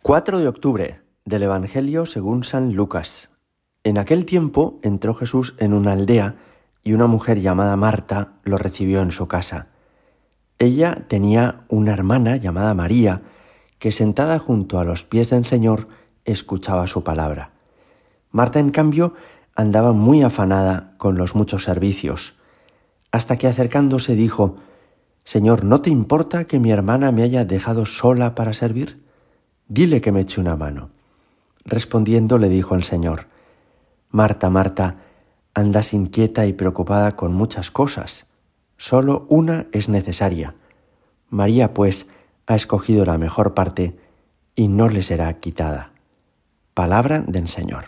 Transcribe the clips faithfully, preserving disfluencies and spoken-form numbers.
cuatro de octubre del Evangelio según San Lucas. En aquel tiempo entró Jesús en una aldea y una mujer llamada Marta lo recibió en su casa. Ella tenía una hermana llamada María que sentada junto a los pies del Señor escuchaba su palabra. Marta, en cambio, andaba muy afanada con los muchos servicios, hasta que acercándose dijo: «Señor, ¿no te importa que mi hermana me haya dejado sola para servir? Dile que me eche una mano». Respondiendo le dijo el Señor: «Marta, Marta, andas inquieta y preocupada con muchas cosas. Solo una es necesaria. María, pues, ha escogido la mejor parte y no le será quitada». Palabra del Señor.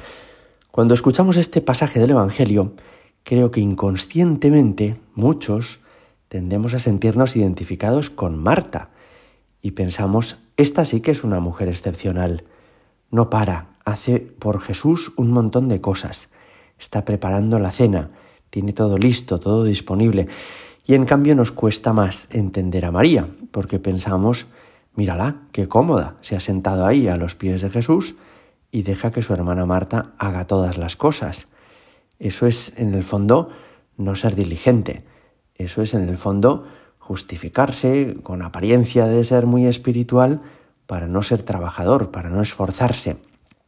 Cuando escuchamos este pasaje del Evangelio, creo que inconscientemente muchos tendemos a sentirnos identificados con Marta y pensamos: esta sí que es una mujer excepcional. No para, hace por Jesús un montón de cosas. Está preparando la cena, tiene todo listo, todo disponible. Y en cambio nos cuesta más entender a María, porque pensamos: mírala, qué cómoda, se ha sentado ahí a los pies de Jesús y deja que su hermana Marta haga todas las cosas. Eso es, en el fondo, no ser diligente. Eso es, en el fondo, justificarse con apariencia de ser muy espiritual para no ser trabajador, para no esforzarse.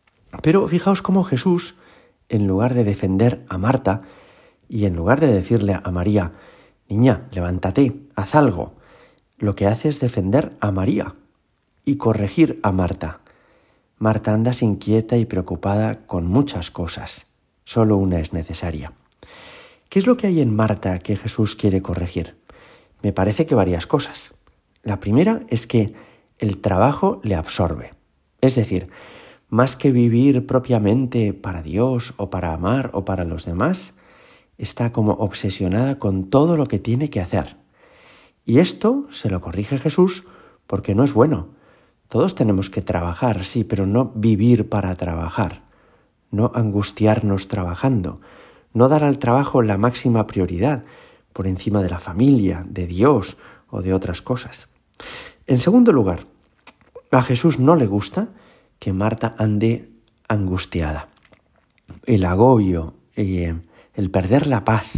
Pero fijaos cómo Jesús, en lugar de defender a Marta y en lugar de decirle a María: «Niña, levántate, haz algo», lo que hace es defender a María y corregir a Marta. Marta, andas inquieta y preocupada con muchas cosas. Solo una es necesaria. ¿Qué es lo que hay en Marta que Jesús quiere corregir? Me parece que varias cosas. La primera es que el trabajo le absorbe. Es decir, más que vivir propiamente para Dios o para amar o para los demás, está como obsesionada con todo lo que tiene que hacer. Y esto se lo corrige Jesús porque no es bueno. Todos tenemos que trabajar, sí, pero no vivir para trabajar, no angustiarnos trabajando, no dar al trabajo la máxima prioridad por encima de la familia, de Dios o de otras cosas. En segundo lugar, a Jesús no le gusta que Marta ande angustiada. El agobio, eh, el perder la paz,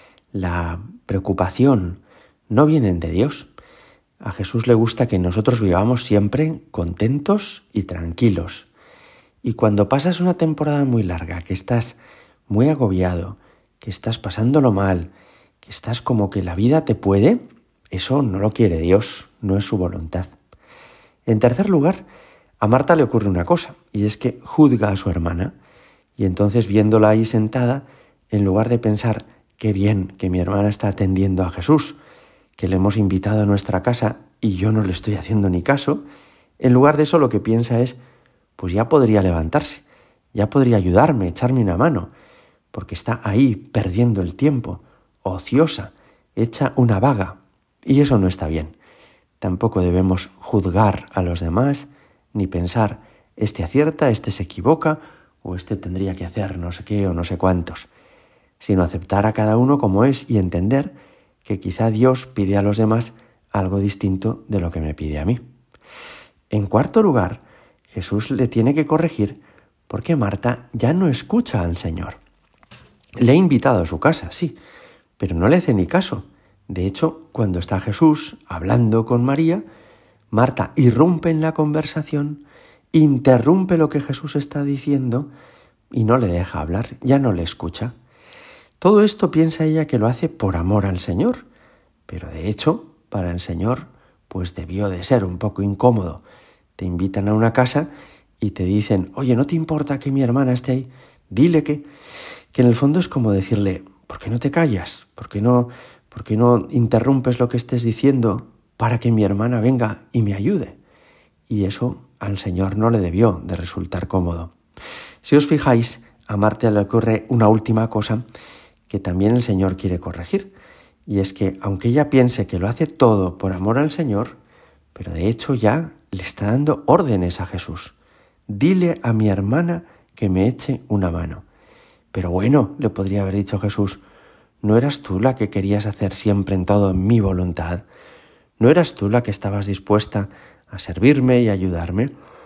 la preocupación, no vienen de Dios. A Jesús le gusta que nosotros vivamos siempre contentos y tranquilos. Y cuando pasas una temporada muy larga, que estás muy agobiado, que estás pasándolo mal, que estás como que la vida te puede, eso no lo quiere Dios, no es su voluntad. En tercer lugar, a Marta le ocurre una cosa, y es que juzga a su hermana, y entonces, viéndola ahí sentada, en lugar de pensar: qué bien que mi hermana está atendiendo a Jesús, que le hemos invitado a nuestra casa y yo no le estoy haciendo ni caso, en lugar de eso lo que piensa es: pues ya podría levantarse, ya podría ayudarme, echarme una mano, porque está ahí perdiendo el tiempo, ociosa, hecha una vaga. Y eso no está bien. Tampoco debemos juzgar a los demás, ni pensar: este acierta, este se equivoca, o este tendría que hacer no sé qué o no sé cuántos, sino aceptar a cada uno como es y entender que quizá Dios pide a los demás algo distinto de lo que me pide a mí. En cuarto lugar, Jesús le tiene que corregir porque Marta ya no escucha al Señor. Le ha invitado a su casa, sí, pero no le hace ni caso. De hecho, cuando está Jesús hablando con María, Marta irrumpe en la conversación, interrumpe lo que Jesús está diciendo y no le deja hablar, ya no le escucha. Todo esto piensa ella que lo hace por amor al Señor, pero de hecho, para el Señor, pues debió de ser un poco incómodo. Te invitan a una casa y te dicen: oye, ¿no te importa que mi hermana esté ahí? Dile que... Que en el fondo es como decirle: ¿por qué no te callas? ¿Por qué no, por qué no interrumpes lo que estés diciendo para que mi hermana venga y me ayude? Y eso al Señor no le debió de resultar cómodo. Si os fijáis, a Marta le ocurre una última cosa que también el Señor quiere corregir, y es que aunque ella piense que lo hace todo por amor al Señor, pero de hecho ya le está dando órdenes a Jesús. Dile a mi hermana que me eche una mano. Pero bueno, le podría haber dicho Jesús: ¿no eras tú la que querías hacer siempre en todo mi voluntad? ¿No eras tú la que estabas dispuesta a servirme y ayudarme?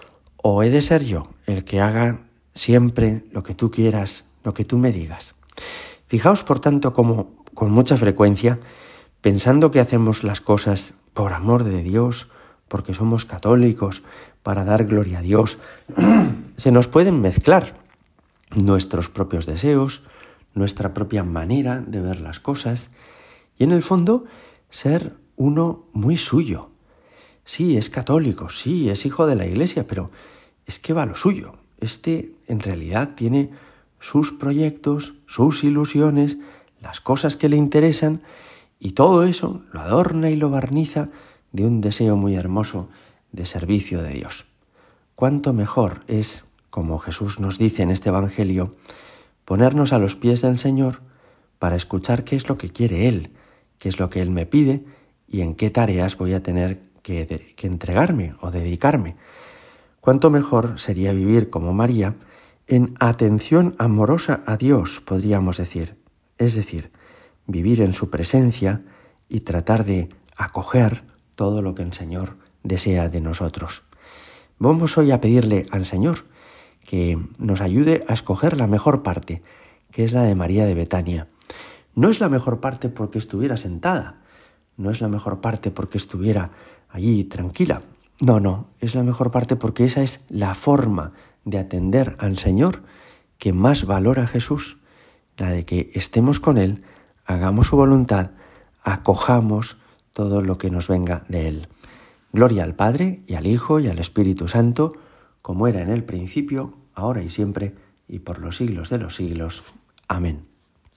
¿O he de ser yo el que haga siempre lo que tú quieras, lo que tú me digas? Fijaos, por tanto, como con mucha frecuencia, pensando que hacemos las cosas por amor de Dios, porque somos católicos, para dar gloria a Dios, se nos pueden mezclar nuestros propios deseos, nuestra propia manera de ver las cosas, y en el fondo ser uno muy suyo. Sí, es católico, sí, es hijo de la Iglesia, pero es que va a lo suyo. Este en realidad tiene sus proyectos, sus ilusiones, las cosas que le interesan, y todo eso lo adorna y lo barniza de un deseo muy hermoso de servicio de Dios. Cuánto mejor es, como Jesús nos dice en este Evangelio, ponernos a los pies del Señor para escuchar qué es lo que quiere Él, qué es lo que Él me pide y en qué tareas voy a tener que, de, que entregarme o dedicarme. Cuánto mejor sería vivir como María en atención amorosa a Dios, podríamos decir. Es decir, vivir en su presencia y tratar de acoger todo lo que el Señor desea de nosotros. Vamos hoy a pedirle al Señor que nos ayude a escoger la mejor parte, que es la de María de Betania. No es la mejor parte porque estuviera sentada, no es la mejor parte porque estuviera allí tranquila. No, no, es la mejor parte porque esa es la forma de atender al Señor que más valora Jesús, la de que estemos con Él, hagamos su voluntad, acojamos todo lo que nos venga de Él. Gloria al Padre, y al Hijo, y al Espíritu Santo, como era en el principio, ahora y siempre, y por los siglos de los siglos. Amén.